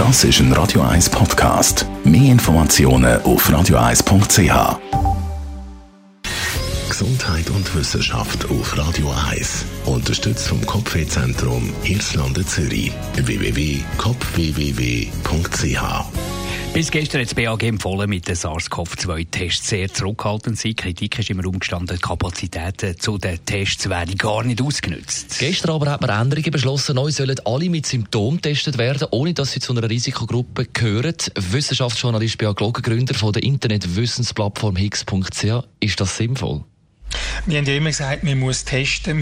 Das ist ein Radio 1 Podcast. Mehr Informationen auf radio1.ch. Gesundheit und Wissenschaft auf Radio 1. Unterstützt vom Kopfwehzentrum Irlande Zürich. www.kopfwww.ch. Bis gestern hat das BAG empfohlen, mit den SARS-CoV-2-Tests sehr zurückhaltend zu sein. Kritik ist im Raum gestanden, die Kapazitäten zu den Tests werden gar nicht ausgenutzt. Gestern aber hat man Änderungen beschlossen. Neu sollen alle mit Symptomen getestet werden, ohne dass sie zu einer Risikogruppe gehören. Wissenschaftsjournalist Beat Glocker, Gründer von der Internetwissensplattform Higgs.ch. Ist das sinnvoll? Wir haben ja immer gesagt, man muss testen.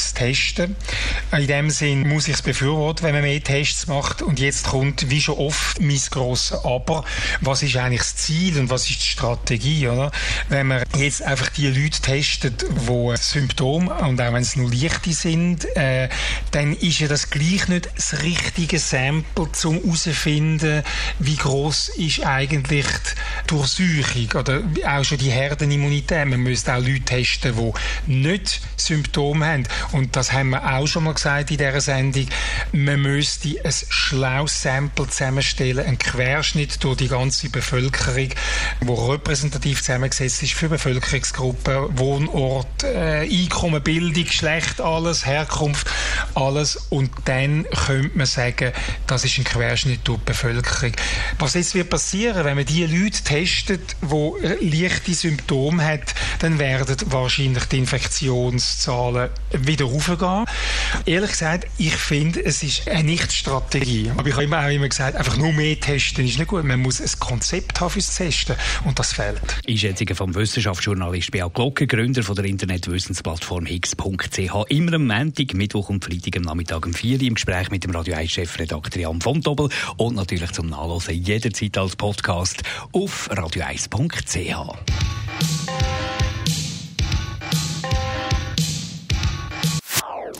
In dem Sinn muss ich es befürworten, wenn man mehr Tests macht. Und jetzt kommt, wie schon oft, mein grosses Aber. Was ist eigentlich das Ziel und was ist die Strategie, oder? Wenn man jetzt einfach die Leute testet, die Symptome, und auch wenn es nur leichte sind, dann ist ja das gleich nicht das richtige Sample, um herauszufinden, wie gross ist eigentlich die Durchseuchung oder auch schon die Herdenimmunität. Man müsste auch Leute testen, die nicht Symptome haben. Und das haben wir auch schon mal gesagt in dieser Sendung. Man müsste ein schlaues Sample zusammenstellen, einen Querschnitt durch die ganze Bevölkerung, der repräsentativ zusammengesetzt ist für Bevölkerungsgruppen, Wohnort, Einkommen, Bildung, Geschlecht, alles, Herkunft, alles. Und dann könnte man sagen, das ist ein Querschnitt durch die Bevölkerung. Was jetzt wird passieren, wenn man die Leute testet, die leichte Symptome haben, dann werden wahrscheinlich die Infektionszahlen wieder raufgehen. Ehrlich gesagt, ich finde, es ist eine Nicht-Strategie. Aber ich habe auch immer gesagt, einfach nur mehr testen ist nicht gut. Man muss ein Konzept haben fürs Testen und das fehlt. Einschätzungen vom Wissenschaftsjournalist Beat Glocker, Gründer von der Internetwissensplattform Higgs.ch. Immer am Montag, Mittwoch und Freitag am Nachmittag um 4 Uhr im Gespräch mit dem Radio 1-Chefredakteur Jan von Tobel und natürlich zum Nachlesen jederzeit als Podcast auf radio1.ch.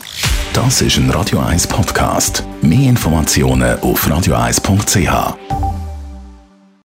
Das ist ein Radio 1 Podcast. Mehr Informationen auf radio1.ch.